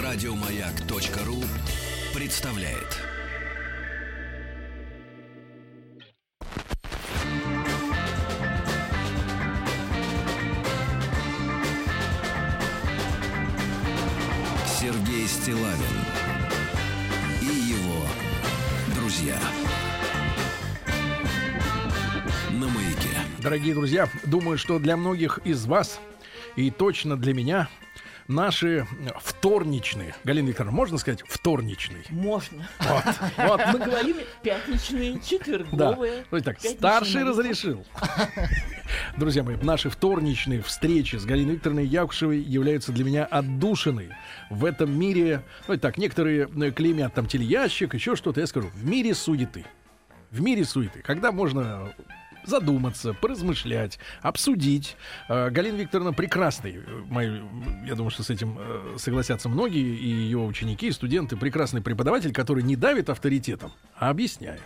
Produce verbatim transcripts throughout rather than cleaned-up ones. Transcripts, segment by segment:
Радиомаяк.ру представляет. Сергей Стиллавин и его друзья на Маяке. Дорогие друзья, думаю, что для многих из вас и точно для меня наши вторничные, Галина Викторовна, можно сказать вторничный? Можно. Вот, вот. Мы говорим пятничные, четверговые. Да. Так, старший разрешил. Друзья мои, наши вторничные встречи с Галиной Викторовной Якушевой являются для меня отдушиной в этом мире. Ну, так, некоторые клеймят там телеящик, еще что-то. Я скажу, в мире суеты. В мире суеты. Когда можно задуматься, поразмышлять, обсудить. Галина Викторовна прекрасный, мои, я думаю, что с этим согласятся многие, и ее ученики, и студенты, прекрасный преподаватель, который не давит авторитетом, а объясняет.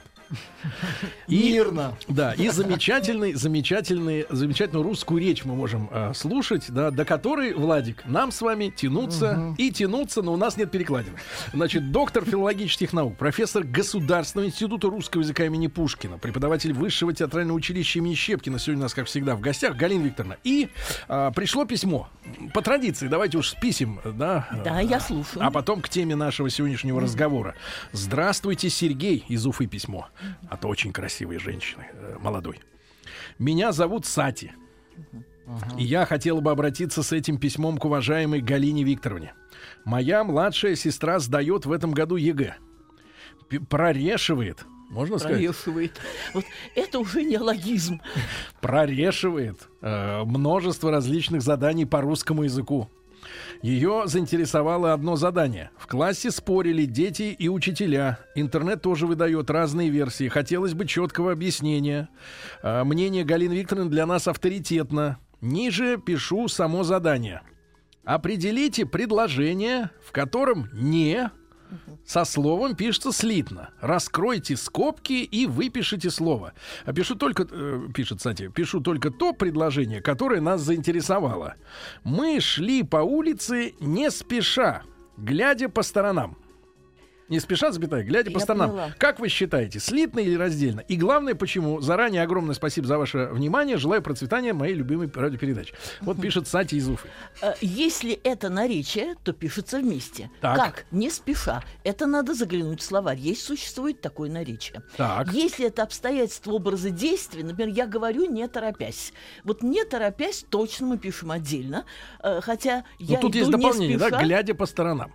И, мирно. Да, и замечательный, замечательный, замечательную русскую речь мы можем э, слушать, да, до которой, Владик, нам с вами тянуться угу. и тянуться, но у нас нет перекладин. Значит, доктор филологических наук, профессор Государственного института русского языка имени Пушкина, преподаватель Высшего театрального училища имени Щепкина. Сегодня у нас, как всегда, в гостях Галина Викторовна. И э, пришло письмо. По традиции, давайте уж с писем, да? Да, я слушаю. А потом к теме нашего сегодняшнего угу. разговора. Здравствуйте, Сергей, из Уфы письмо. А то очень красивые женщины, э, молодой. Меня зовут Сати. Uh-huh. И я хотела бы обратиться с этим письмом к уважаемой Галине Викторовне. Моя младшая сестра сдает в этом году ЕГЭ. П- прорешивает. Можно сказать? Прорешивает. Вот это уже неологизм. Прорешивает э, множество различных заданий по русскому языку. Ее заинтересовало одно задание. В классе спорили дети и учителя. Интернет тоже выдает разные версии. Хотелось бы четкого объяснения. А, мнение Галины Викторовны для нас авторитетно. Ниже пишу само задание. Определите предложение, в котором «не» со словом пишется слитно. Раскройте скобки и выпишите слово. А пишу только, э, пишет, кстати, пишу только то предложение, которое нас заинтересовало. Мы шли по улице не спеша, глядя по сторонам. Не спеша, запятая, глядя Я по сторонам. Поняла. Как вы считаете, слитно или раздельно? И главное, почему? Заранее огромное спасибо за ваше внимание. Желаю процветания моей любимой радиопередачи. Вот пишет Сати из Уфы. Если это наречие, то пишется вместе. Так. Как? Не спеша. Это надо заглянуть в словарь. Есть существует такое наречие. Так. Если это обстоятельства образа действия, например, я говорю не торопясь. Вот не торопясь точно мы пишем отдельно. Хотя я тут иду есть дополнение, не спеша, да, глядя по сторонам.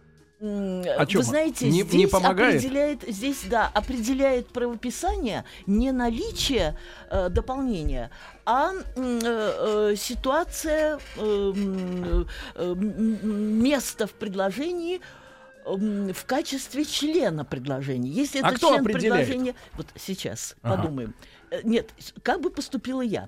О чем? Вы знаете, не, здесь не помогает? определяет, здесь, да, определяет правописание не наличие э, дополнения, а э, э, ситуация, э, э, место в предложении э, в качестве члена предложения. Если а это кто член определяет? предложения, вот сейчас Ага. подумаем. Нет, как бы поступила я?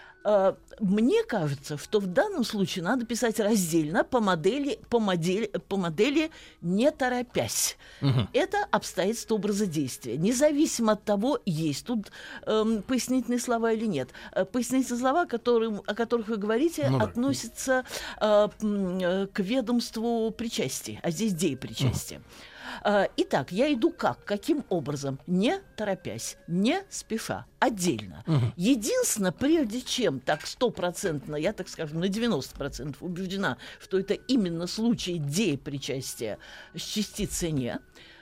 Мне кажется, что в данном случае надо писать раздельно по модели, по модели, по модели не торопясь. Угу. Это обстоятельства образа действия. Независимо от того, есть тут эм, пояснительные слова или нет. Пояснительные слова, которые, о которых вы говорите, ну, относятся э, э, к ведомству причастия, а здесь деепричастия. Угу. Итак, я иду как? Каким образом? Не торопясь, не спеша, отдельно. Угу. Единственное, прежде чем так стопроцентно, я так скажу, на девяносто процентов убеждена, что это именно случай деепричастия с частицей «не»,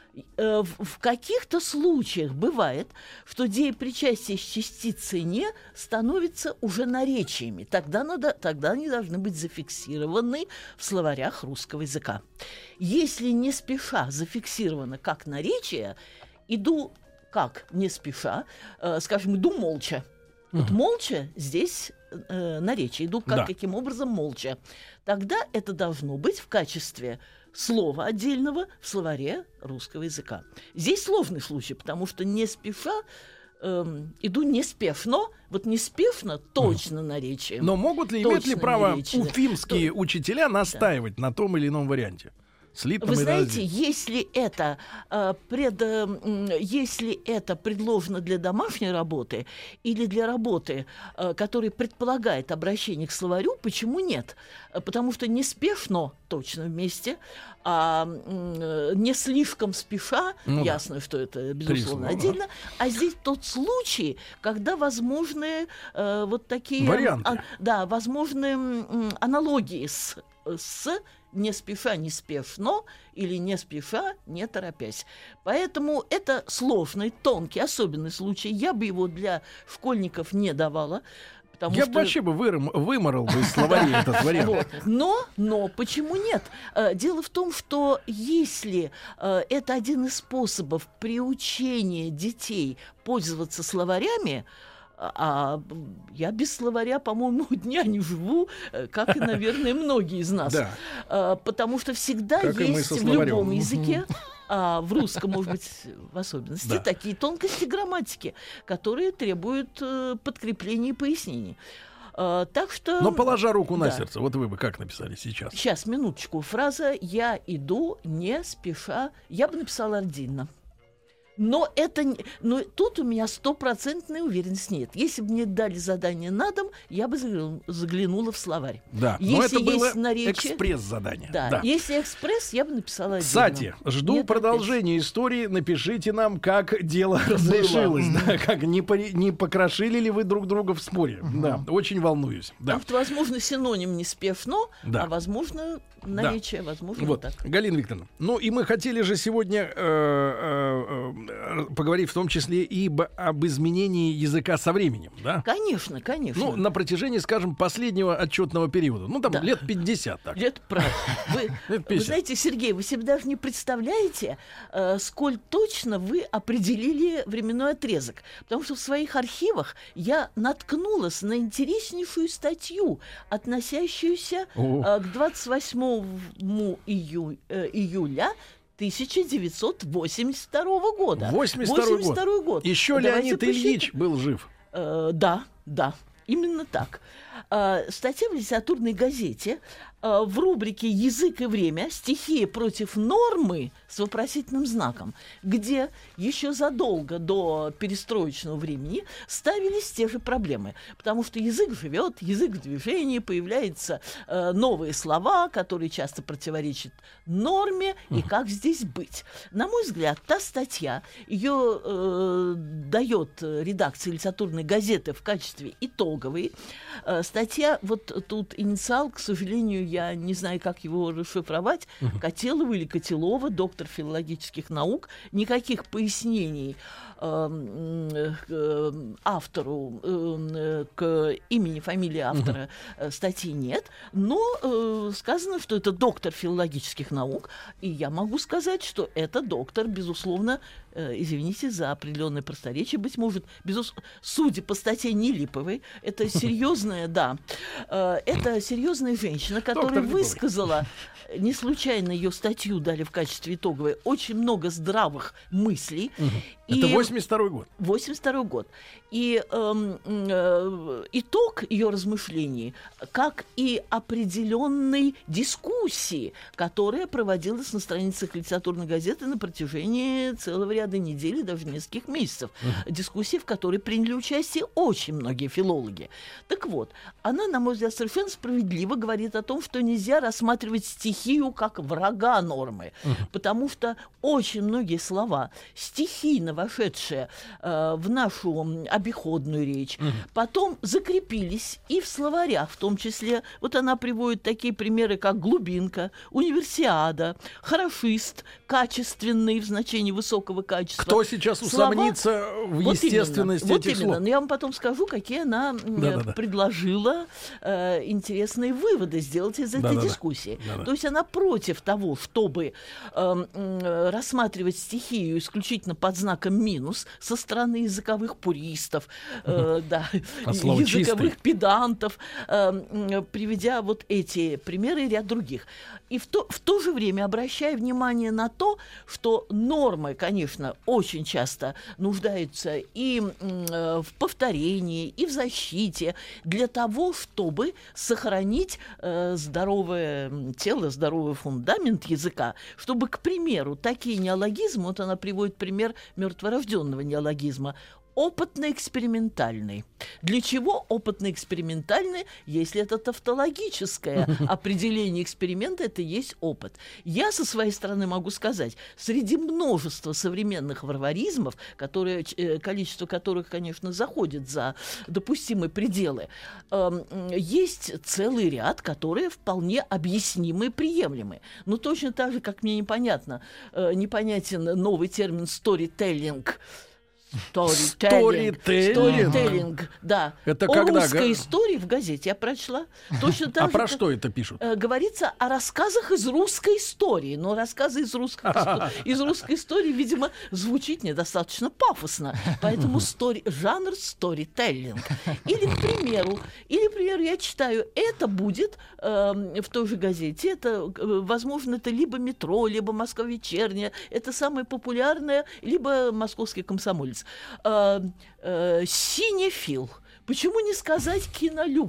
в каких-то случаях бывает, что деепричастие с частицей «не» становится уже наречиями. Тогда, надо, тогда они должны быть зафиксированы в словарях русского языка. Если не спеша зафиксировано как наречие, иду как не спеша, э, скажем, иду молча. Uh-huh. Вот молча здесь э, наречие. Иду как, да. каким образом молча. Тогда это должно быть в качестве слова отдельного в словаре русского языка. Здесь сложный случай, потому что не спеша эм, иду неспешно. Вот неспешно точно mm. наречие. Но могут ли, имеют ли право уфимские То... учителя настаивать да. на том или ином варианте? Слитном Вы знаете, если это, э, пред, э, если это предложено для домашней работы или для работы, э, которая предполагает обращение к словарю, почему нет? Потому что неспешно точно вместе, а м, не слишком спеша, Ну, ясно, что это, безусловно, слова, отдельно, а здесь тот случай, когда возможны э, вот такие... Варианты. а, да, возможны м, аналогии с, с не спеша, не спешно, или не спеша, не торопясь. Поэтому это сложный, тонкий, особенный случай. Я бы его для школьников не давала. Потому Я что... бы вообще бы вырым- выморал бы из словарей этот вариант. Вот. Но, но почему нет? Э, Дело в том, что если э, это один из способов приучения детей пользоваться словарями, а я без словаря, по-моему, дня не живу, э, как и, наверное, многие из нас. Да. Э, Потому что всегда Как и мы есть со в словарем. любом языке, а в русском, может быть, в особенности, Да. такие тонкости грамматики, которые требуют э, подкрепления и пояснений. Э, Так что... Но положа руку на Да. сердце, вот вы бы как написали сейчас? Сейчас, минуточку. Фраза «я иду, не спеша». Я бы написала отдельно. Но это, не- но тут у меня стопроцентной уверенности нет. Если бы мне дали задание на дом, я бы загляну- заглянула в словарь. Да, но Если это было есть наречие- экспресс-задание. Да. Да. Если экспресс, я бы написала отдельно. Кстати, жду Нет, продолжения истории. Напишите нам, как дело разрешилось. Да, как не, пори- не покрошили ли вы друг друга в споре. Да, очень волнуюсь. Да. Потому что, возможно, синоним не спешно, Да. а возможно, наречие, возможно, Вот, так. Галина Викторовна, ну и мы хотели же сегодня э, э, э, поговорить в том числе и об, об изменении языка со временем, да? Конечно, конечно. Ну, на протяжении, скажем, последнего отчетного периода. Ну, там Да. лет пятьдесят так. Это правда. Вы, Это вы пятьдесят. знаете, Сергей, вы себе даже не представляете, э, сколь точно вы определили временной отрезок. Потому что в своих архивах я наткнулась на интереснейшую статью, относящуюся О. э, к двадцать восьмому ию- э, июля тысяча девятьсот восемьдесят второго года. восемьдесят второй год. второй год. Еще Давайте Леонид посчитаем. Ильич был жив. Э, да, да, именно так. Э, статья в литературной газете э, в рубрике «Язык и время. Стихия против нормы» с вопросительным знаком, где еще задолго до перестроечного времени ставились те же проблемы. Потому что язык живет, язык в движении, появляются э, новые слова, которые часто противоречат норме, и как здесь быть. На мой взгляд, та статья, ее э, дает редакция литературной газеты в качестве итоговой. Э, статья, вот тут инициал, к сожалению, я не знаю, как его расшифровать, Котелова или Котелова, доктор филологических наук, никаких пояснений э, э, автору, э, к имени, фамилии автора э, статьи нет, но э, сказано, что это доктор филологических наук, и я могу сказать, что это доктор, безусловно, э, извините за определенное просторечие, быть может, безус... судя по статье не липовой, это серьезная, да, э, это серьезная женщина, которая Доктор Липовой. высказала, не случайно ее статью дали в качестве итоговой, очень много здравых мыслей. И Это восемьдесят второй год. восемьдесят второй год. И эм, э, итог ее размышлений, как и определенной дискуссии, которая проводилась на страницах литературной газеты на протяжении целого ряда недель, даже нескольких месяцев. Дискуссии, в которой приняли участие очень многие филологи. Так вот, она, на мой взгляд, совершенно справедливо говорит о том, что нельзя рассматривать стихию как врага нормы, потому что очень многие слова, стихийно вошедшие э, в нашу м, обиходную речь, потом закрепились и в словарях, в том числе, вот она приводит такие примеры, как глубинка, универсиада, хорошист, качественный в значении высокого качества. Кто сейчас Слова- усомнится в Вот естественности именно, вот этих именно. слов? Но я вам потом скажу, какие она м, Да-да-да. предложила э, интересные выводы сделать из этой Да-да-да. дискуссии. Да-да. То есть она против того, чтобы э, м, рассматривать стихию исключительно под знаком минус со стороны языковых пуристов, э, да, От слова языковых «чистый». педантов, э, м, приведя вот эти примеры и ряд других. И в то, в то же время обращая внимание на то, что нормы, конечно, очень часто нуждаются и м, э, в повторении, и в защите для того, чтобы сохранить э, здоровое м, тело, здоровый фундамент языка, чтобы, к примеру, такие неологизмы, вот она приводит пример мертворожденного неологизма, опытно-экспериментальный. Для чего опытно-экспериментальный, если это тавтологическое определение эксперимента, это есть опыт. Я со своей стороны могу сказать, среди множества современных варваризмов, которые, количество которых, конечно, заходит за допустимые пределы, есть целый ряд, которые вполне объяснимы и приемлемы. Но точно так же, как мне непонятно, непонятен новый термин «сторителлинг», Сторителлинг, да. Это о когда? русской истории в газете я прочла. Точно так а же, про как, что это пишут? Э, говорится о рассказах из русской истории. Но рассказы из русской, из русской истории, видимо, звучит недостаточно пафосно. Поэтому стори, жанр сторителлинг. Или, к примеру, или, к примеру, я читаю, это будет э, в той же газете. Это, возможно, это либо «Метро», либо «Москва вечерняя». Это самое популярное, либо «Московский комсомолец». Э, э, синефил. Почему не сказать кинолюб?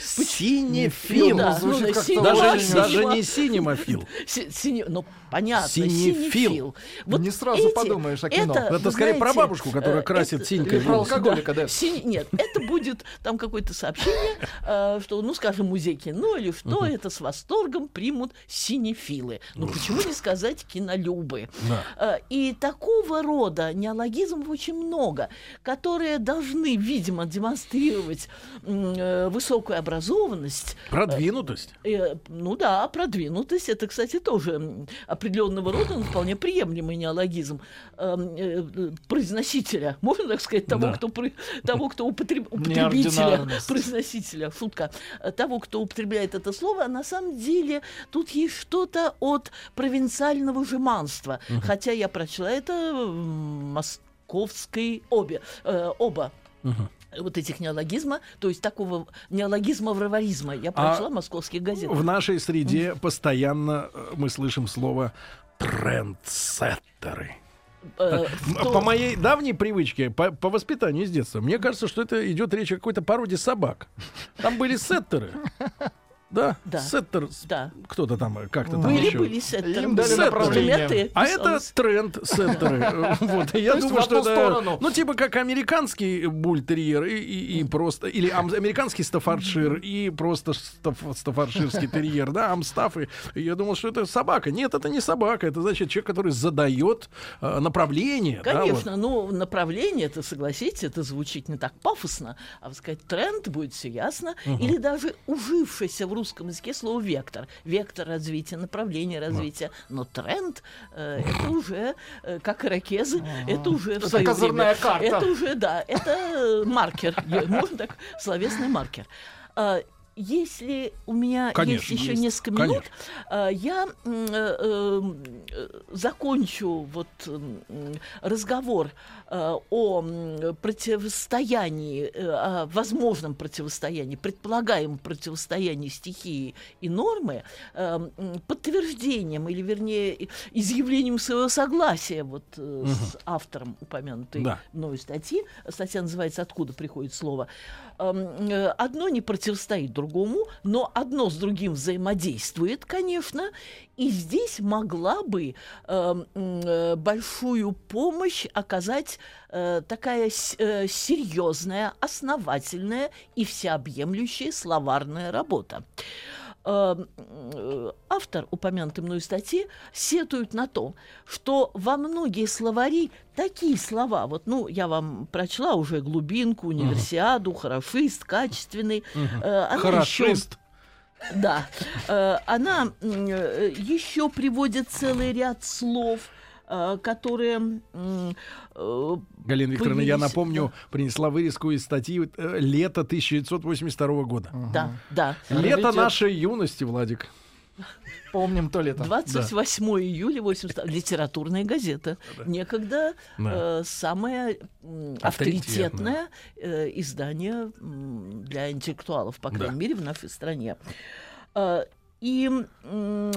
Синефил. Ну, да, ну, даже, синема, даже синема. не синемофил. Си, сини, ну, понятно, синефил. синефил. Вот не сразу эти, подумаешь о кино. Это, это скорее знаете, про бабушку, которая красит это, синькой. Про алкоголика, да. Сини, нет, это будет там какое-то сообщение, э, что, ну, скажем, музей кино или что, uh-huh. это с восторгом примут синефилы. Ну, почему не сказать кинолюбы? Да. Э, и такого рода неологизмов очень много, которые должны, видимо, демонстрировать э, высокую образованность. Продвинутость. Э, э, ну да, продвинутость. Это, кстати, тоже определенного рода, но вполне приемлемый неологизм э, э, произносителя, можно так сказать, того, да. кто, того, кто употреб, употребителя, произносителя, шутка, того, кто употребляет это слово, а на самом деле тут есть что-то от провинциального жеманства. Угу. Хотя я прочла это в московской обе, э, оба. Угу. Вот этих неологизма, то есть такого неологизма-варваризма. Я прочла а московские газеты. В нашей среде mm. постоянно мы слышим слово «трендсеттеры». Э, по что... моей давней привычке, по, по воспитанию с детства, мне кажется, что это идет речь о какой-то породе собак. Там были сеттеры. Да, да. Сеттер, да. кто-то там, как-то там были, еще. Были сеттеры. Им дали направление. А это тренд сеттеры. Вот, я думаю, что это, ну, типа как американский бультерьер и, и, и просто, или ам, американский стаффордшир и просто стаф, стаффордширский терьер, да, амстафы. Я думал, что это собака. Нет, это не собака, это, значит, человек, который задает э, направление. Конечно, да, вот. Ну, направление, это, согласитесь, это звучит не так пафосно, а вот сказать тренд, будет все ясно. Угу. Или даже ужившийся в русском языке слово вектор. Вектор развития, направление развития. Но тренд э, это уже, э, как ирокезы, А-а-а. это уже в свое время. Карта. Это уже, да, это маркер. Можно так, словесный маркер. Если у меня конечно, есть еще есть. несколько минут, конечно. я э, э, закончу вот разговор э, о противостоянии, э, о возможном противостоянии, предполагаемом противостоянии стихии и нормы э, подтверждением или, вернее, изъявлением своего согласия вот, э, угу. с автором упомянутой да. мною статьи. Статья называется «Откуда приходит слово». Э, одно не противостоит другому. Другому, но одно с другим взаимодействует, конечно, и здесь могла бы э, э, большую помощь оказать э, такая с, э, серьезная, основательная и всеобъемлющая словарная работа. Автор упомянутой мной статьи сетует на то, что во многие словари такие слова, вот, ну, я вам прочла уже глубинку, универсиаду, uh-huh. хорошист, качественный. Uh-huh. Хорошист. Еще, да. Она еще приводит целый ряд слов, которые... Галина Викторовна, я напомню, принесла вырезку из статьи «Лето тысяча девятьсот восемьдесят второго года». Да, да. Лето нашей юности, Владик. Помним то лето. двадцать восьмого июля восемьдесят второго литературная газета. Да. Некогда да. э, самое э, авторитетное э, издание э, для интеллектуалов, по крайней да. мере, в нашей стране. Э, и... Э,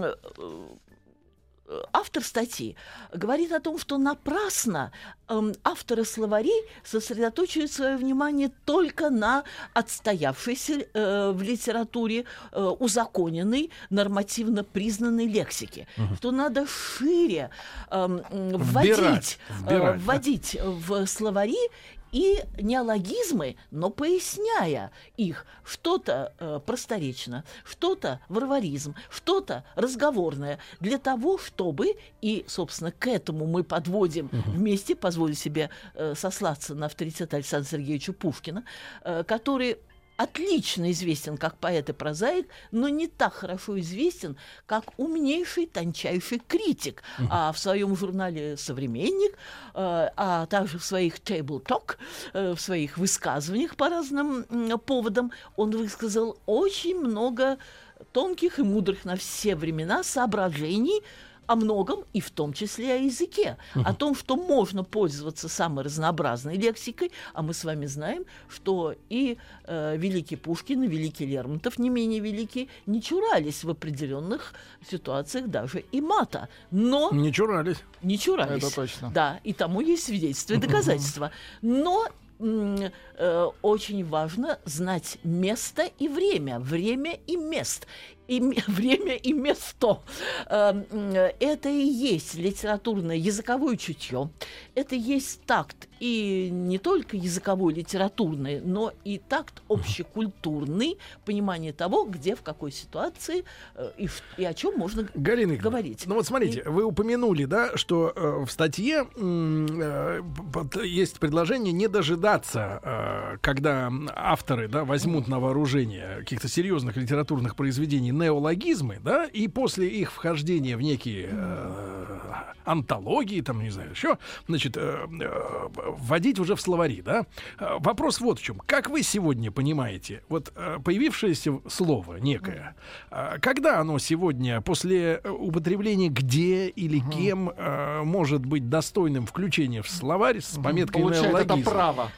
Автор статьи говорит о том, что напрасно э, авторы словарей сосредоточивают свое внимание только на отстоявшейся э, в литературе э, узаконенной, нормативно признанной лексике. Угу. Что надо шире э, вводить, Вбирать, вбирать, э, вводить да. в словари и неологизмы, но поясняя их. Что-то э, просторечно, что-то варваризм, что-то разговорное. Для того, чтобы, и, собственно, к этому мы подводим uh-huh. вместе, позволю себе э, сослаться на авторитет Александра Сергеевича Пушкина, э, который отлично известен как поэт и прозаик, но не так хорошо известен, как умнейший, тончайший критик. Uh-huh. А в своем журнале «Современник», э, а также в своих «Table Talk», э, в своих высказываниях по разным э, поводам, он высказал очень много тонких и мудрых на все времена соображений о многом, и в том числе о языке, uh-huh. о том, что можно пользоваться самой разнообразной лексикой, а мы с вами знаем, что и э, великий Пушкин, и великий Лермонтов, не менее великие, не чурались в определенных ситуациях даже и мата. Но... Не чурались. Не чурались. Это точно. Да, и тому есть свидетельства и доказательства. Но м- э, очень важно знать место и время, время и место. И время и место. Это и есть литературное языковое чутье. Это и есть такт. И не только языковой, литературный, но и такт общекультурный, понимание того, где, в какой ситуации и, и о чем можно Галина говорить. Ну вот смотрите, и... вы упомянули, да, что э, в статье э, есть предложение не дожидаться, э, когда авторы, да, возьмут на вооружение каких-то серьезных литературных произведений неологизмы, да, и после их вхождения в некие э, антологии, там, не знаю, еще, значит, э, э, вводить уже в словари, да. Э, вопрос вот в чем. Как вы сегодня понимаете, вот э, появившееся слово некое, э, когда оно сегодня после употребления где или угу. кем э, может быть достойным включения в словарь с пометкой получает неологизм? это право.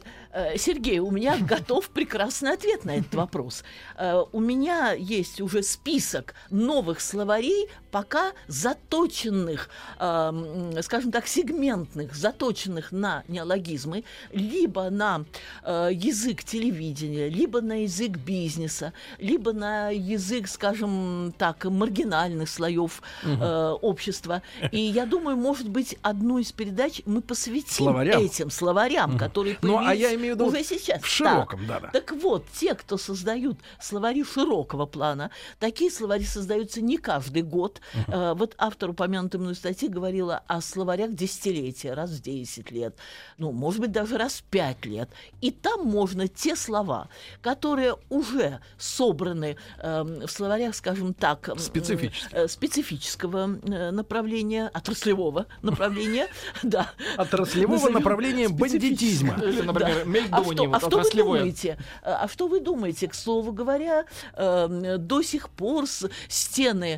Сергей, у меня готов прекрасный ответ на этот вопрос. У меня есть уже список новых словарей, пока заточенных, скажем так, сегментных, заточенных на неологизмы, либо на язык телевидения, либо на язык бизнеса, либо на язык, скажем так, маргинальных слоев угу. общества. И я думаю, может быть, одну из передач мы посвятим словарям. этим словарям, угу. которые появились ну, а я имею в виду уже сейчас. В широком, да. да. Так вот, те, кто создают словари широкого плана, такие словари создаются не каждый год. Uh-huh. Uh, вот автор упомянутой мной статьи говорила о словарях десятилетия, раз в десять лет, ну, может быть, даже раз в пять лет. И там можно те слова, которые уже собраны э, в словарях, скажем так, э, специфического э, направления, отраслевого направления, да. Отраслевого направления бандитизма. Например, Мельдони, а что вы думаете? А что вы думаете, к слову говоря, до сих пор стены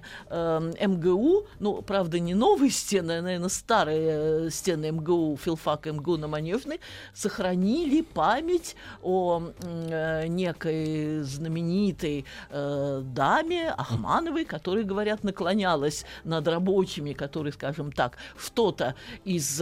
эм гэ у, ну, правда, не новые стены, а, наверное, старые стены эм гэ у, филфак эм гэ у на Манежной, сохранили память о э, некой знаменитой э, даме Ахмановой, которая, говорят, наклонялась над рабочими, которые, скажем так, что-то из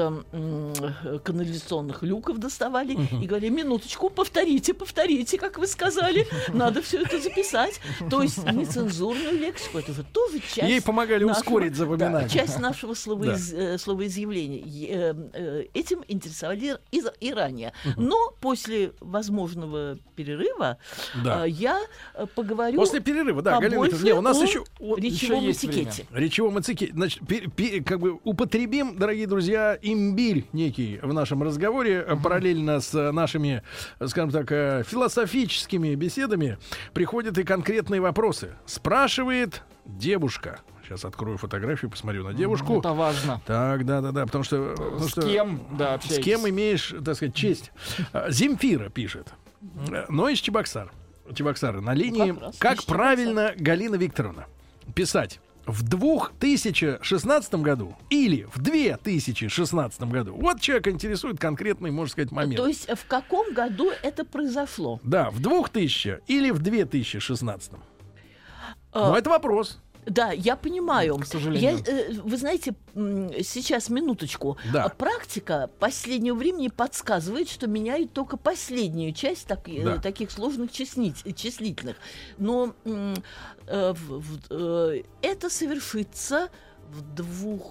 э, канализационных люков доставали uh-huh. и говорили: минуточку, повторите, повторите, как вы сказали, надо все это записать. То есть нецензурную лексику, это же тоже часть... Ей помогали нашего, ускорить запоминание. Да, часть нашего словоиз, да. словоизъявления. Этим интересовали и, и ранее. Uh-huh. Но после возможного перерыва да. я поговорю... После перерыва, да, Галина, не, у нас еще... речевом еще этикете. Речевом этикете. Значит, пер, пер, как бы употребим, дорогие друзья, имбирь некий в нашем разговоре, uh-huh. параллельно с нашими, скажем так, философическими беседами приходят и конкретные вопросы. Спрашивает девушка. Сейчас открою фотографию, посмотрю на девушку. Это важно. Так, да-да-да, потому что... Потому с что, кем, да, общаетесь. С кем имеешь, так сказать, честь. Земфира пишет. Но из Чебоксар. Чебоксары на линии. Ну, как, как правильно, Галина Викторовна, писать? В две тысячи шестнадцатом году или в две тысячи шестнадцатом году? Вот человек интересует конкретный, можно сказать, момент. То есть в каком году это произошло? Да, в двухтысячном или в две тысячи шестнадцатом? А... Ну, это вопрос. Да, я понимаю. К сожалению. Я, э, вы знаете, сейчас, минуточку. Да. Практика последнего времени подсказывает, что меняют только последнюю часть так, да. э, таких сложных числить, числительных. Но э, в, в, э, это совершится в двух...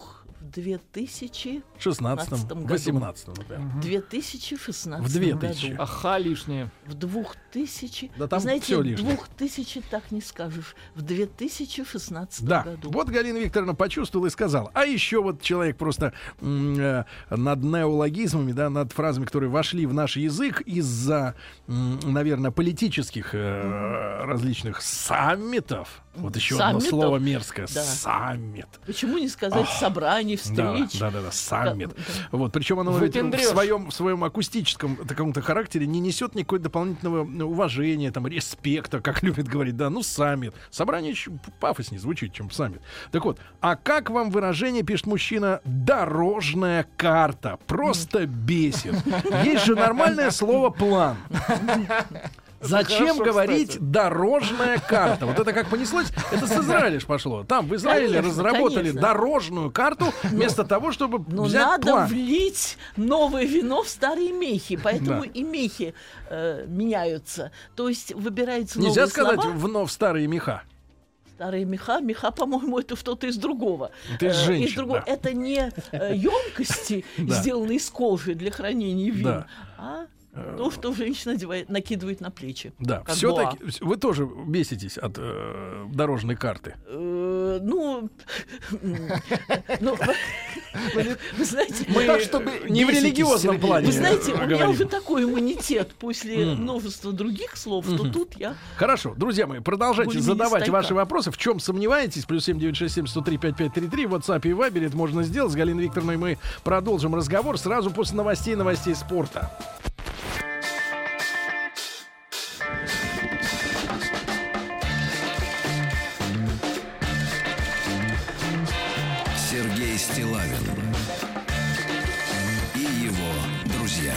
в две тысячи шестнадцатом, году. восемнадцатом, например. В две тысячи шестнадцатом В две тысячи. году. Аха, лишнее. В двухтысячном. Да там Знаете, всё лишнее. двухтысячном так не скажешь. В две тысячи шестнадцатом Да, году. вот Галина Викторовна почувствовала и сказала. А еще вот человек просто м, э, над неологизмами, да, над фразами, которые вошли в наш язык из-за, м, наверное, политических э, различных саммитов. Вот еще одно Саммитов? слово мерзкое. Да. Саммит. Почему не сказать собраний, встреч? Да, да, да, да, саммит. Да, да. Вот, причем оно в Выпендрёж. своем, в своем акустическом таком-то характере не несет никакой дополнительного уважения, там, респекта, как любят говорить, да, ну, саммит. Собрание еще пафоснее звучит, чем саммит. Так вот, а как вам выражение, пишет мужчина, дорожная карта? Просто бесит. Есть же нормальное слово план. Зачем хорошо, говорить кстати. дорожная карта? Вот это как понеслось, это с Израиля ж пошло. Там в Израиле Конечно, разработали конечно. дорожную карту вместо того, чтобы Но взять надо план. влить новое вино в старые мехи, поэтому Да. и мехи э, меняются. То есть выбираются Нельзя новые сказать слова. вновь старые меха. Старые меха, меха, по-моему, это что-то из другого. Это из Э, женщин, другого. да. Это не э, емкости, Да. сделанные из кожи для хранения вин, Да. а то, что женщина одевает, накидывает на плечи. Да, как все-таки боа. вы тоже беситесь от э, дорожной карты. Э, Ну, ну, вы вы знаете, Мы так, чтобы не в беситесь, религиозном Сергей. плане. Вы знаете, у меня говорим. уже такой иммунитет после Мгм. множества других слов, что Мгм. тут я... Хорошо, друзья мои, продолжайте Более-менее задавать стайка. ваши вопросы. В чем сомневаетесь? Плюс семь девять шесть семь сто три пять пять три три. В WhatsApp и Viber это можно сделать. С Галиной Викторовной мы продолжим разговор сразу после новостей, новостей спорта. Сергей Стиллавин и его друзья.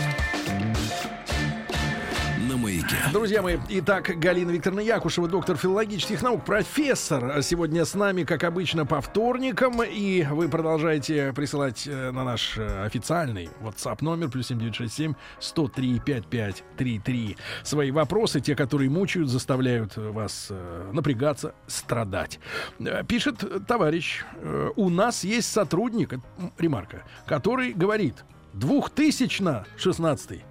На маяке. Друзья мои, итак, Галина Викторовна Якушева, доктор филологических наук, профессор, сегодня с нами, как обычно, по вторникам. И вы продолжаете присылать э, на наш э, официальный WhatsApp номер плюс семь девять шесть семь сто три пять пять три три свои вопросы, те, которые мучают, заставляют вас э, напрягаться, страдать. Э, Пишет товарищ, э, у нас есть сотрудник, это, м, ремарка, который говорит двухтысячно шестнадцатый.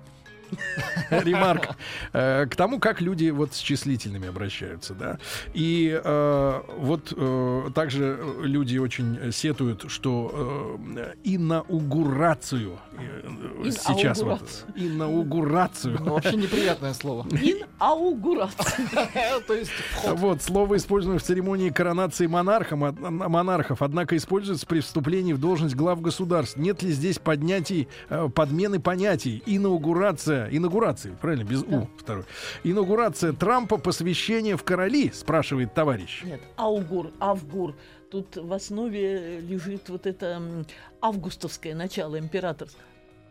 Ремарк э, к тому, как люди вот с числительными обращаются, да. И э, вот э, также люди очень сетуют, что э, инаугурацию э, сейчас вот Инаугурацию. инаугурацию. Ну, вообще неприятное слово. Инаугурация. То есть вход. Вот, слово используем в церемонии коронации монархом, од- монархов, однако используется при вступлении в должность глав государств. Нет ли здесь поднятий, э, подмены понятий? Инаугурация, инаугурации, правильно, без «у» второй. Инаугурация Трампа, посвящение в короли, спрашивает товарищ. Нет, аугур, авгур. Тут в основе лежит вот это м, августовское начало императорское.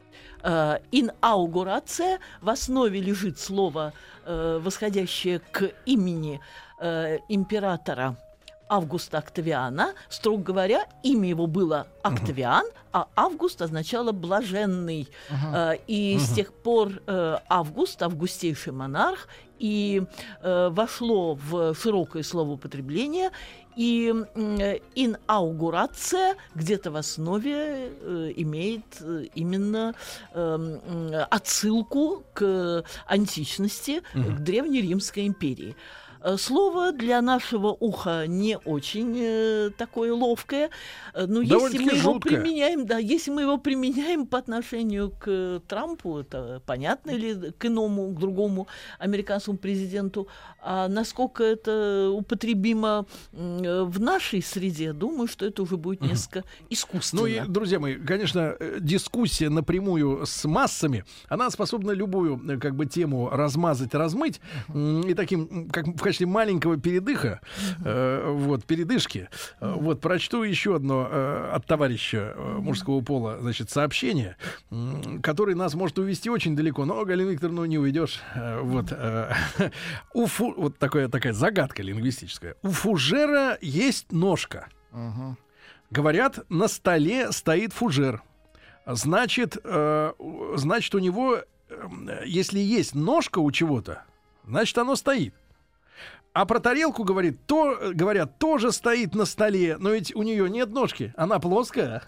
Э, инаугурация, в основе лежит слово, э, восходящее к имени э, императора Августа Октавиана. Строго говоря, имя его было Октавиан, а Август означало блаженный. Э, и с тех пор э, Август, августейший монарх, и э, вошло в широкое словоупотребление, и э, инаугурация где-то в основе э, имеет э, именно э, м, отсылку к античности, к Древнеримской империи. Э, Слово для нашего уха не очень э, такое ловкое, э, но если Довольно-таки мы его жуткое. применяем, да, если мы его применяем по отношению к Трампу, это понятно, или к иному, к другому американскому президенту, а насколько это употребимо м, в нашей среде, думаю, что это уже будет несколько искусственно. Ну и, друзья мои, конечно, э, дискуссия напрямую с массами, она способна любую, э, как бы, тему размазать, размыть. М, И таким, м, как в качестве маленького передыха, э, вот, передышки, э, вот, прочту еще одно э, от товарища э, мужского пола, значит, сообщение, м, которое нас может увести очень далеко, но, Галина Викторовна, не уйдешь. Э, Вот, э, у фу- вот такая, такая загадка лингвистическая. У фужера есть ножка. Ага. Говорят, на столе стоит фужер. Значит, э, значит, у него, э, если есть ножка у чего-то, значит, оно стоит. А про тарелку, говорит, то, говорят, тоже стоит на столе, но ведь у нее нет ножки, она плоская.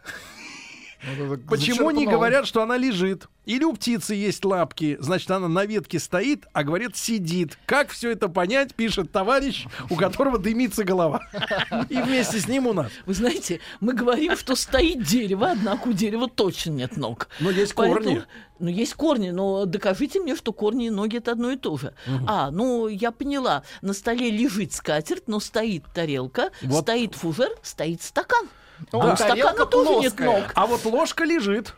Вот Почему не говорят, что она лежит? Или у птицы есть лапки, значит, она на ветке стоит, а говорят, сидит. Как все это понять, пишет товарищ, у которого дымится голова. И вместе с ним у нас. Вы знаете, мы говорим, что стоит дерево, однако у дерева точно нет ног. Но есть Поэтому- корни. Ну, есть корни, но докажите мне, что корни и ноги — это одно и то же. А, ну, я поняла. На столе лежит скатерть, но стоит тарелка, Вот. стоит фужер, стоит стакан. Да. А у стакана Тарелка тоже нет плоская. ног. А вот ложка лежит.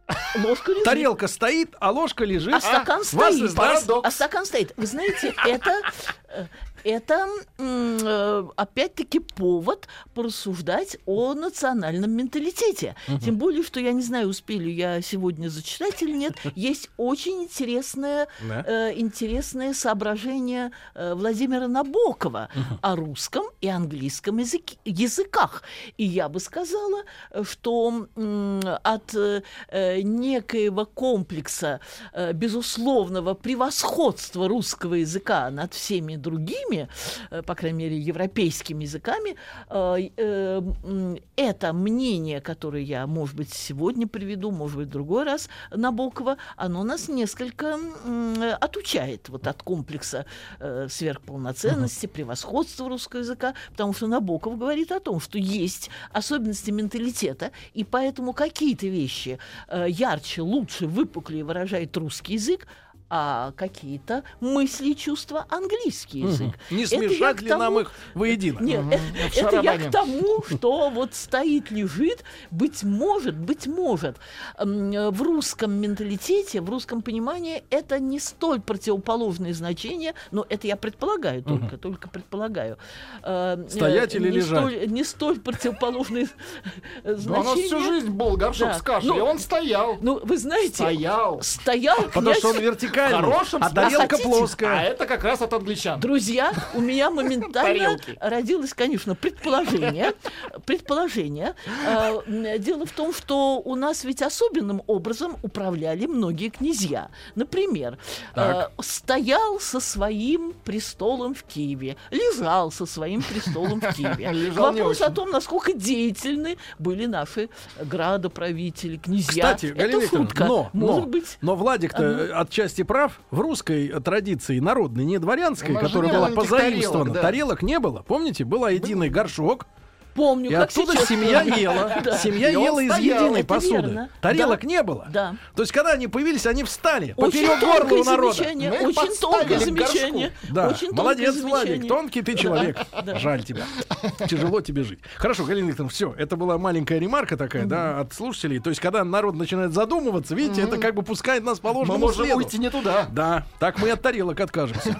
Ложка лежит. Тарелка стоит, а ложка лежит. А стакан Вас стоит. из нас- А стакан стоит. Вы знаете, это, э, это м, э, опять-таки повод порассуждать о национальном менталитете. Тем более, что я не знаю, успели я сегодня зачитать или нет. Есть очень интересное, Да. э, интересное соображение э, Владимира Набокова о русском и английском языке, языках. И я бы сказала, э, что м, от э, э, некоего комплекса э, безусловного превосходства русского языка над всеми другими, э, по крайней мере, европейскими языками, э, э, м, это мнение, которое я, может быть, сегодня приведу, может быть, в другой раз, Набокова, оно нас несколько м, отучает вот от комплекса э, сверхполноценности, превосходства русского языка, потому что Набоков говорит о том, что есть особенности менталитета, и поэтому какие-то вещи э, ярче, лучше, выпуклее выражает русский язык, а какие-то мысли, чувства английский язык. Не Это я смешать к ли нам тому- их воедино? Нет, Мгм. это, В это я шарабане. к тому, что вот стоит, лежит, быть может, быть может. М, В русском менталитете, в русском понимании это не столь противоположные значения, но это я предполагаю только, только предполагаю. Э, э, Стоять или не лежать? Столь, не столь противоположные Да, у нас всю значения. жизнь был горшок Да. с кашей, Ну, и он стоял. Ну, вы знаете, Стоял. стоял Потому князь. что он вертикальный, В хорошем а смысле. тарелка Хотите? А плоская. это как раз от англичан. Друзья, у меня моментально Тарелки. родилось, конечно, предположение. Предположение. Э, м, Дело в том, что у нас ведь особенным образом управляли многие князья. Например, э, Так. стоял со своим престолом в Киеве, лежал со своим престолом в Киеве. Лежал не Вопрос о очень. том, насколько деятельны были наши градоправители, князья. Кстати, Это Галина Викторовна, шутка. но, Может но, быть. но Владик-то отчасти прав. В русской традиции народной, не дворянской, У нас же которая не была было никаких позаимствована, тарелок, да. тарелок не было. Помните, был единый горшок, Помню, и как оттуда сейчас семья помню. ела. Да. Семья И он ела из стоял, единой это посуды. верно. Тарелок Да. не было. Да. То есть, когда они появились, они встали. Очень Поперек горла тонкое у народа. замечание, Мы их очень тонкое подставили к горшку. замечание. Да, Очень тонкое молодец, замечание. Владик, тонкий ты человек. Да. Жаль тебя. Тяжело тебе жить. Хорошо, Галина Викторовна, все. Это была маленькая ремарка такая, да, от слушателей. То есть, когда народ начинает задумываться, видите, это как бы пускает нас по Мы ложному можем следу. уйти не туда. Да, так мы и от тарелок откажемся.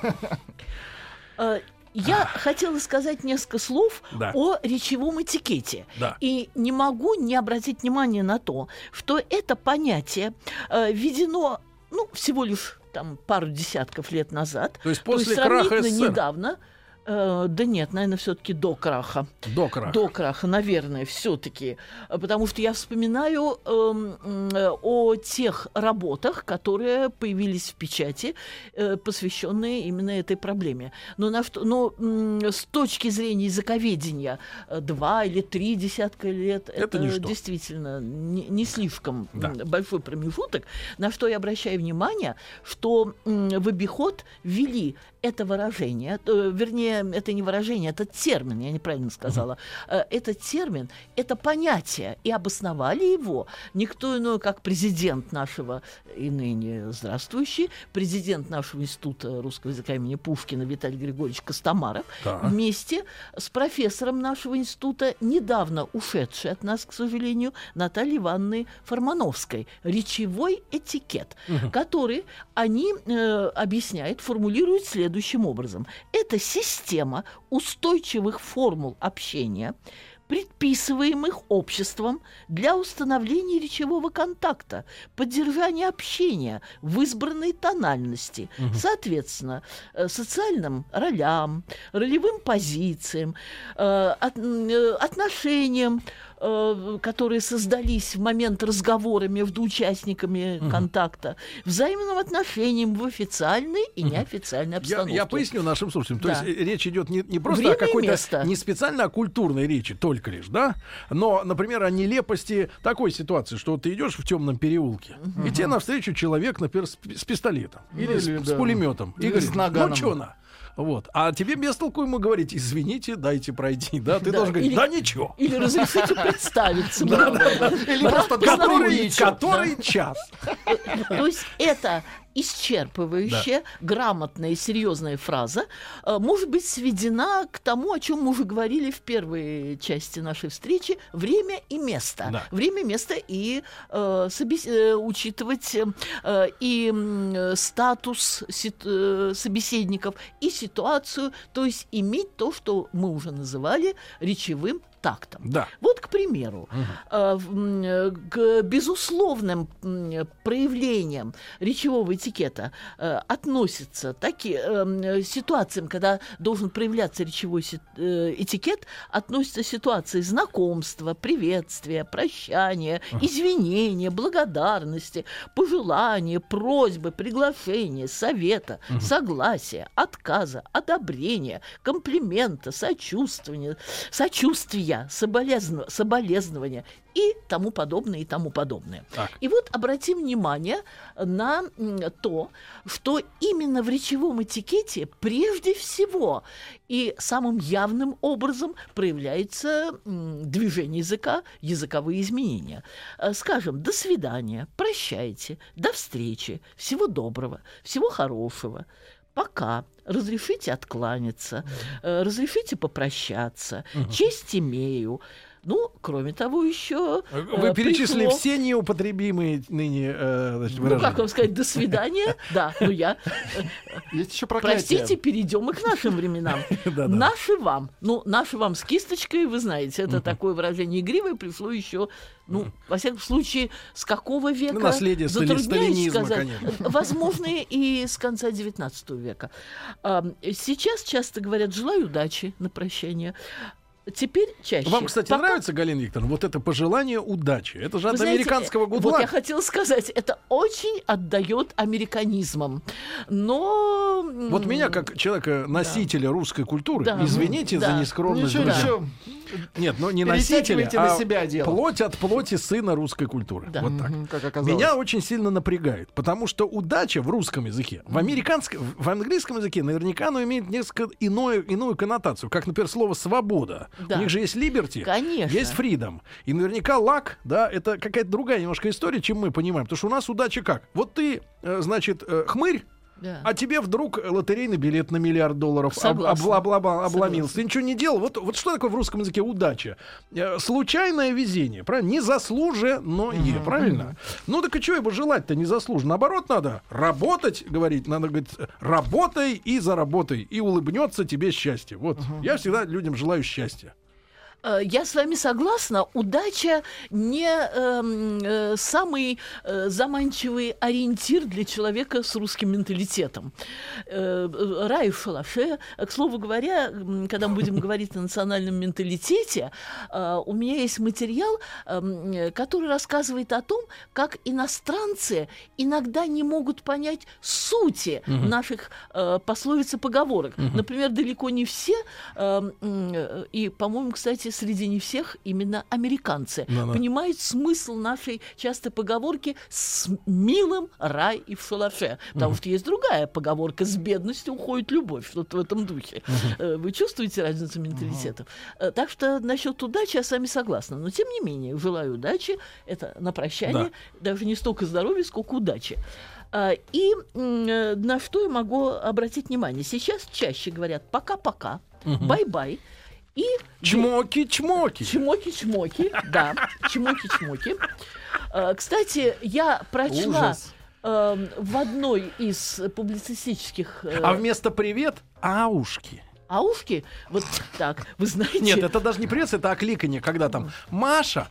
Э, Я хотела сказать несколько слов Да. о речевом этикете. Да. И не могу не обратить внимание на то, что это понятие э, введено ну, всего лишь там, пару десятков лет назад. То есть после сравнительно краха СССР. недавно. Э, да нет, наверное, все-таки до краха. До краха. До краха, наверное, все-таки. Потому что я вспоминаю эм, э, о тех работах, которые появились в печати, э, посвященные именно этой проблеме. Но, на что, но м, с точки зрения языковедения э, два или три десятка лет Это это, ничто. действительно не, не слишком Да. м, большой промежуток. На что я обращаю внимание, что м, в обиход ввели это выражение, э, вернее, это не выражение, это термин, я неправильно сказала. Э, Этот термин, это понятие, и обосновали его никто иной, как президент нашего, и ныне здравствующий, президент нашего института русского языка имени Пушкина Виталий Григорьевич Костомаров, Да. вместе с профессором нашего института, недавно ушедшей от нас, к сожалению, Натальей Ивановной Формановской. Речевой этикет, который они э, объясняют, формулируют следующим образом. Это система устойчивых формул общения, предписываемых обществом для установления речевого контакта, поддержания общения в избранной тональности, соответственно, э, социальным ролям, ролевым позициям, э, от- м, э, отношениям, э, которые создались в момент разговора между участниками угу. контакта, взаимным отношениям в официальной и неофициальной обстановке. Я, я поясню нашим слушателям. То Да. есть речь идет не, не просто Время о какой-то, место. не специально о культурной речи только лишь, да, но, например, о нелепости такой ситуации, что ты идешь в темном переулке, uh-huh. и тебе навстречу человек, например, с, с пистолетом или, или с, да. с пулеметом. Или И говорит, с наганом. ну что на? Вот. А тебе без толку ему говорить, извините, дайте пройти, да? Ты Да, должен говорить, или- да ничего. Или разрешите представиться. Да, да. да, да. Или Брат просто Который, познакомиться. который час. То есть это исчерпывающая, грамотная и серьезная фраза э, может быть сведена к тому, о чем мы уже говорили в первой части нашей встречи: время и место. Да. Время, место и э, собес- э, учитывать э, и м, статус сит- э, собеседников, и ситуацию, то есть иметь то, что мы уже называли речевым тактом. Да. Вот, к примеру, э, в- м, э, к безусловным м, проявлениям речевого этикета э, относятся такие э, м, ситуациям, когда должен проявляться речевой си- э, этикет, относятся ситуации знакомства, приветствия, прощания, извинения, благодарности, пожелания, просьбы, приглашения, совета, согласия, отказа, одобрения, комплимента, сочувствия, сочувствия, соболезно- соболезнования и тому подобное, и тому подобное. Так. И вот обратим внимание на м, то, что именно в речевом этикете прежде всего и самым явным образом проявляется м, движение языка, языковые изменения. Э, Скажем, до свидания, прощайте, до встречи, всего доброго, всего хорошего. Пока. Разрешите откланяться, э, разрешите попрощаться, честь имею. Ну, кроме того, еще Вы перечислили все неупотребимые ныне э, значит, Ну, выражения. как вам сказать, до свидания? Да, ну я... Есть еще проклятие. Простите, перейдем и к нашим временам. Да-да. Наши вам. Ну, наши вам с кисточкой, вы знаете, это такое выражение игривое, пришло еще, ну, во всяком случае, с какого века? Ну, наследие стали- Затрудняюсь сталинизма, сказать. конечно. Возможно, и с конца девятнадцатого века. А, Сейчас часто говорят «желаю удачи» на прощание. Теперь чаще. Вам, кстати, Пока- нравится, Галина Викторовна, вот это пожелание удачи? Это же Вы от знаете, американского Вот гудла. я хотела сказать, это очень отдает американизмам. Но... м, Вот меня, как человека, носителя русской культуры, Да. извините Да. за нескромность, Ничего, друзья. ничего. Нет, ну не носителя, Перетягивайте на а себя дело. плоть от плоти сына русской культуры. Да. Вот так. Мгм, как оказалось. Меня очень сильно напрягает, потому что удача в русском языке, в американском, в английском языке наверняка оно имеет несколько иную, иную коннотацию, как, например, слово «свобода». Да. У них же есть liberty, Конечно. есть freedom. И наверняка luck, да, это какая-то другая немножко история, чем мы понимаем. Потому что у нас удача как? Вот ты, э, значит, э, хмырь, Да. а тебе вдруг лотерейный билет на миллиард долларов об- Согласна. обла- обла- обла- обломился. Согласна. Ты ничего не делал. Вот, вот что такое в русском языке удача? Э, Случайное везение, правильно? Незаслуженное, правильно? Ну так и чего его желать-то незаслуженно? Наоборот, надо работать, говорить, надо говорить, работай и заработай, и улыбнется тебе счастье. Вот. Я всегда людям желаю счастья. Э, Я с вами согласна. Удача не эм, э, самый э, заманчивый ориентир для человека с русским менталитетом. Э, э, рай в шалаше. Э, К слову говоря, м, когда мы будем говорить о национальном менталитете, э, у меня есть материал, эм, э, который рассказывает о том, как иностранцы иногда не могут понять сути наших э, пословиц и поговорок. Например, далеко не все, э, м, э, и, по-моему, кстати, среди не всех именно американцы Да-да. понимают смысл нашей часто поговорки «с милым рай и в шалаше». Потому что есть другая поговорка «с бедностью уходит любовь», что-то в этом духе. Э, Вы чувствуете разницу менталитетов? Э, Так что насчет удачи я с вами согласна. Но, тем не менее, желаю удачи. Это на прощание. Даже не столько здоровья, сколько удачи. А, И м, э, на что я могу обратить внимание? Сейчас чаще говорят «пока-пока», «бай-бай». И Чмоки-чмоки. чмоки-чмоки, да, чмоки-чмоки. Э, Кстати, я прочла Ужас. э, в одной из публицистических э, А вместо привет — аушки. аушки, вот так, вы знаете... Нет, это даже не привет, это окликанье, когда там Маша,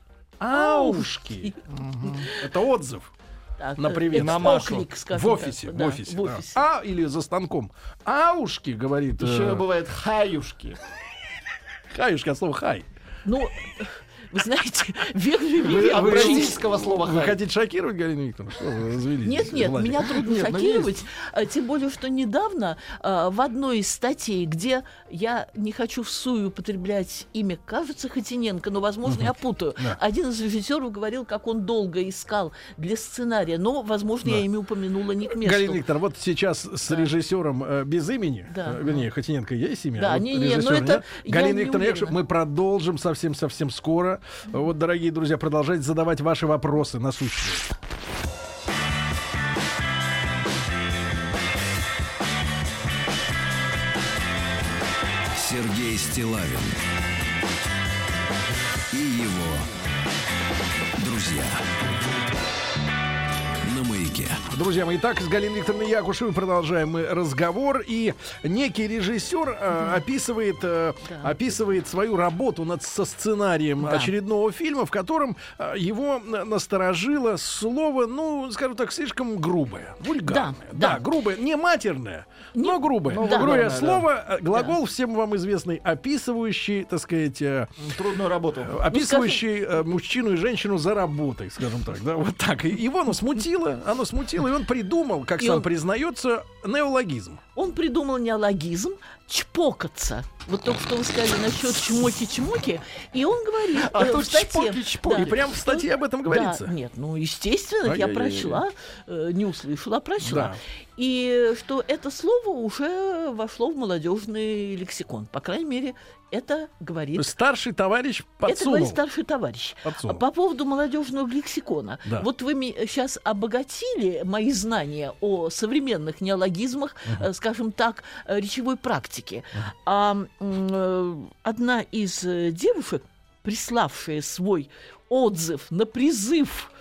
аушки. Это отзыв. так, на э, привет. это На Машу. оклик, скажем В так, офисе, да, в офисе. в да. офисе. А или за станком. Аушки, говорит. Еще э, бывает хаюшки. Хаюшка, слово хай. Ну, вы знаете, вежливее Вы- От вы- бразильского слова Вы «хай». хотите шокировать, Галину Викторовну? Что вы развелись? Нет, нет, Владик? меня трудно Нет, но шокировать. а, Тем более, что недавно а, в одной из статей, где я не хочу всую употреблять имя, кажется, Хотиненко, но, возможно, я путаю. Да. Один из режиссеров говорил, как он долго искал для сценария, но, возможно, я имя упомянула не к месту. Галина Викторовна, вот сейчас с режиссером э, без имени, Да. э, вернее, Хотиненко есть имя? Да, а вот не, не, но режиссера это нет. я Галина не Викторовна, уверена. мы продолжим совсем-совсем скоро. Вот, дорогие друзья, продолжайте задавать ваши вопросы насущные. Сергей Стиллавин и его друзья на Маяке. Друзья мои, итак, с Галиной Викторовной Якушевой продолжаем мы разговор. И некий режиссер э, описывает, э, Да. описывает свою работу над, со сценарием Да. очередного фильма, в котором э, его на- насторожило слово, ну, скажем так, слишком грубое, вульгарное. Да, да. грубое, не матерное, но грубое. Ну, Грубое вульгарное, слово, э, глагол всем вам известный, описывающий, так сказать, э, Трудную работу. описывающий э, мужчину и женщину за работой, скажем так, да, вот так. И его оно смутило, оно смутило, и он придумал, как И сам он- признается, неологизм. Он придумал неологизм «чпокаться». Вот только что вы сказали насчет чмоки-чмоки, и он говорит А э, тут в статье... чпоки-чпоки. И прям в статье об этом говорится. Да, нет, ну, естественно, я Ай-яй-яй-яй. прочла, э, не услышала, а прочла. Да. И что это слово уже вошло в молодежный лексикон. По крайней мере, это говорит... Старший товарищ Это говорит подсунул. старший товарищ. Подсунул. По поводу молодежного лексикона. Да. Вот вы сейчас обогатили мои знания о современных неологизмах, э, скажем так, э, речевой практики. А м, э, одна из э, девушек, приславшая свой отзыв на призыв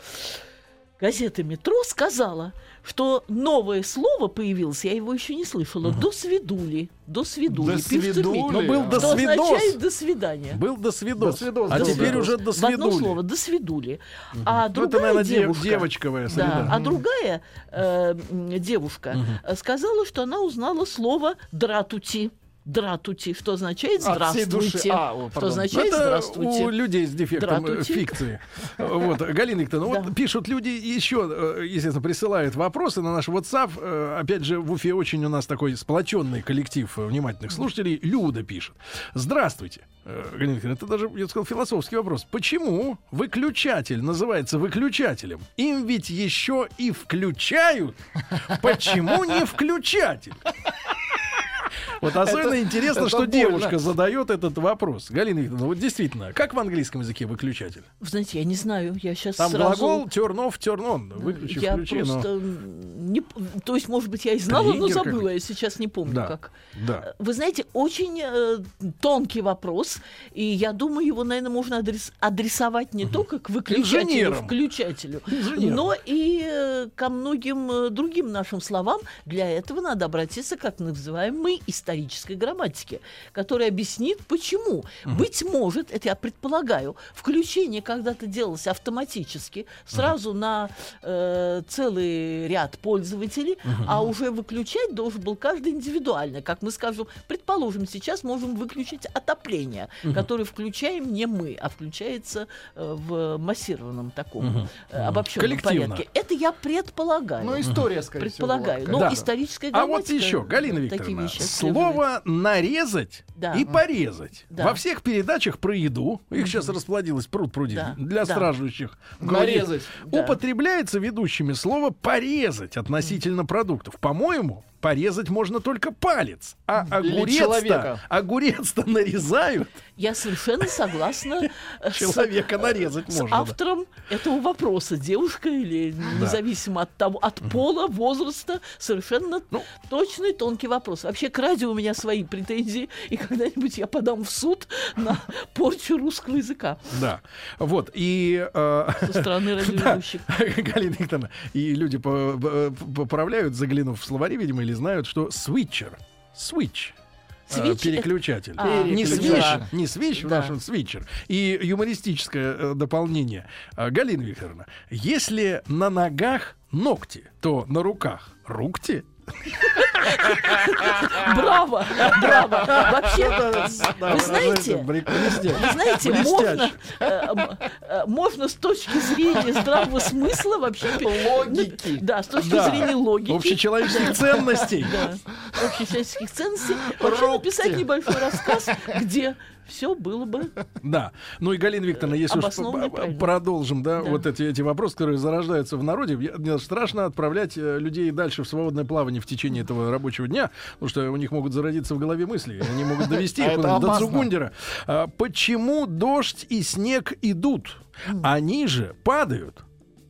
газеты «Метро», сказала, что новое слово появилось, я его еще не слышала, «досвидули». «Досвидули». Досвидули? Но был Что досвидос. означает «до свидания». Был досвидос. Досвидос, А да, теперь да. уже В одно досвидули. слово «досвидули». А Ну, это, другая наверное, дев- девушка... девочковая среда. Да, а другая э, м, девушка э, сказала, что она узнала слово «дратути». «Дратути», что означает От всей души. «здравствуйте». А, о, Что пардон. означает Это «здравствуйте». у людей с дефектом э, Здравствуйте. фикции. Вот, Галина Викторовна, Да. вот пишут люди еще, э, естественно, присылают вопросы на наш WhatsApp. Э, Опять же, в Уфе очень у нас такой сплоченный коллектив э, внимательных слушателей. Люда пишет. Здравствуйте. Э, Галина Викторовна, это даже, я бы сказал, философский вопрос. Почему выключатель называется выключателем? Им ведь еще и включают. Почему не включатель? Вот особенно Это- интересно, это что больно. девушка задает этот вопрос. Галина Викторовна, вот действительно, как в английском языке выключатель? Вы знаете, я не знаю, я сейчас Там сразу... глагол turn off, turn on. Выключи, я включи. но- просто не... п- То есть, может быть, я и знала, но Триггер забыла, какой-то. я сейчас не помню, Да. как. Да. Вы знаете, очень э, тонкий вопрос, и я думаю, его, наверное, можно адрес- адресовать не только к выключателю, Инженерам. включателю, Инженерам. но и э, ко многим э, другим нашим словам. Для этого надо обратиться к так называемой исторической грамматике, которая объяснит, почему. Быть может, это я предполагаю, включение когда-то делалось автоматически, сразу на э, целый ряд пользователей, а уже выключать должен был каждый индивидуально. Как мы скажем, предположим, сейчас можем выключить отопление, которое включаем не мы, а включается э, в массированном таком э, обобщенном Коллективно. порядке. Это я предполагаю. Ну, история, скорее Предполагаю. всего. Но Да. историческая А вот грамматика... еще, Галина э, такие Викторовна, вещи отслеживает. слово «нарезать» Да. и «порезать» Да. во всех передачах про еду, их сейчас расплодилось пруд-пруди, Да. для Да. страждущих, Нарезать. Да. употребляется ведущими слово «порезать» относительно продуктов. По-моему, порезать можно только палец, а Или огурец-то, человека. огурец-то нарезают, Я совершенно согласна э, с- человека нарезать с можно. да. автором этого вопроса, девушка или независимо от того, от пола, возраста, совершенно Ну. точный, тонкий вопрос. Вообще к радио у меня свои претензии, и когда-нибудь я подам в суд на порчу русского языка Да, вот, и... э, со стороны радиоведущих. Галина Викторовна, и люди по- по- поправляют, заглянув в словари, видимо, или знают, что switcher, switch, э, Switch — переключатель. А, не переключатель. switch, не switch в Да. нашем switcher. И юмористическое э, дополнение. Э, Галина Викторовна, если на ногах ногти, то на руках рукти. Браво, браво. Вообще, вы знаете, вы знаете, можно, э, м- э, можно с точки зрения здравого смысла вообще... Логики. Да, с точки Да. зрения логики. Общечеловеческих ценностей. Да, общечеловеческих ценностей. Вообще написать небольшой рассказ, где все было бы... Да. Ну и, Галина Викторовна, если уж Обоснованно и п- правильно. продолжим, да, Да. вот эти, эти вопросы, которые зарождаются в народе, я- мне страшно отправлять э, людей дальше в свободное плавание в течение этого рабочего дня, потому что у них могут зародиться в голове мысли, и они могут довести А их это куда-нибудь до опасно. Цугундера. А, почему дождь и снег идут? Они же падают.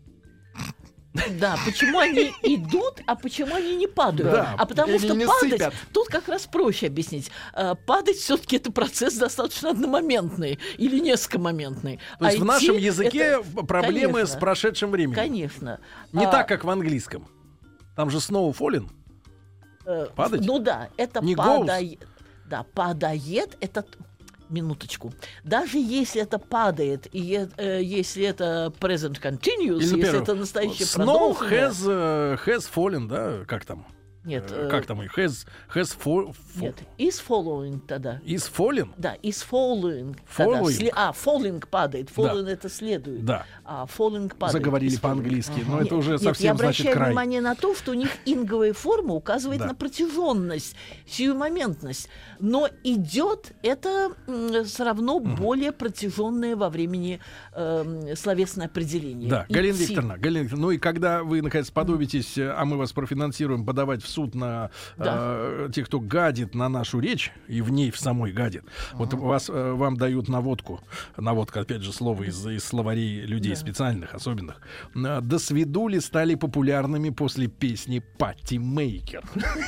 Да, почему они идут, а почему они не падают? Да, а потому или что не падать, сыпят. тут как раз проще объяснить. Э, Падать все-таки это процесс достаточно одномоментный или нескомоментный. То есть А в нашем идти языке это- проблемы конечно, с прошедшим временем. Конечно. Не А, так, как в английском. Там же snow falling. э, падать? Ну да, это Не падает. Да, падает это... т- Минуточку. Даже если это падает, и е- э, если это present continuous, Или, например, если это настоящее snow продолжение... has, э, has fallen, да, как там? Нет, Э, э, Как там? Has, has fo- fo- нет, is following тогда. is fallen? Да, is following. тогда. Following. Сле- а, falling падает. Да. Falling это следует. Да. А falling падает. Заговорили is falling. по-английски, но Нет, это уже нет, совсем я значит обращаю край. внимание на то, что у них инговая форма указывает Да. на протяженность, сиюмоментность. Но идет это все равно более протяженное во времени эм, словесное определение. Да, Галина Идти. Викторовна, Галина Викторовна, ну и когда вы, наконец, подобитесь, э, а мы вас профинансируем, подавать в суд на э, тех, кто гадит на нашу речь, и в ней в самой гадит, вот вас, э, вам дают наводку, наводка, опять же, слово из, из словарей людей специальных, особенных. Э, «До свидули» стали популярными после песни «Патти Мейкер».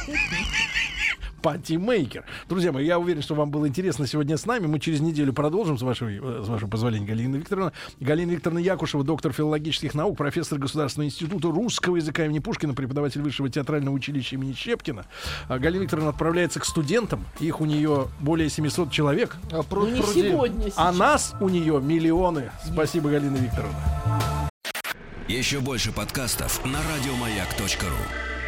Патти Мейкер. Друзья мои, я уверен, что вам было интересно сегодня с нами. Мы через неделю продолжим, с вашего, э, с вашего позволения, Галина Викторовна. Галина Викторовна Якушева, доктор филологических наук, профессор Государственного института русского языка имени Пушкина, преподаватель Высшего театрального училища имени Щепкина. А Галина Викторовна отправляется к студентам. Их у нее более семисот человек. А, пруд, Ну не пруди. сегодня. А сейчас. нас у нее миллионы. Спасибо, Галина Викторовна. Еще больше подкастов на радиомаяк точка ру.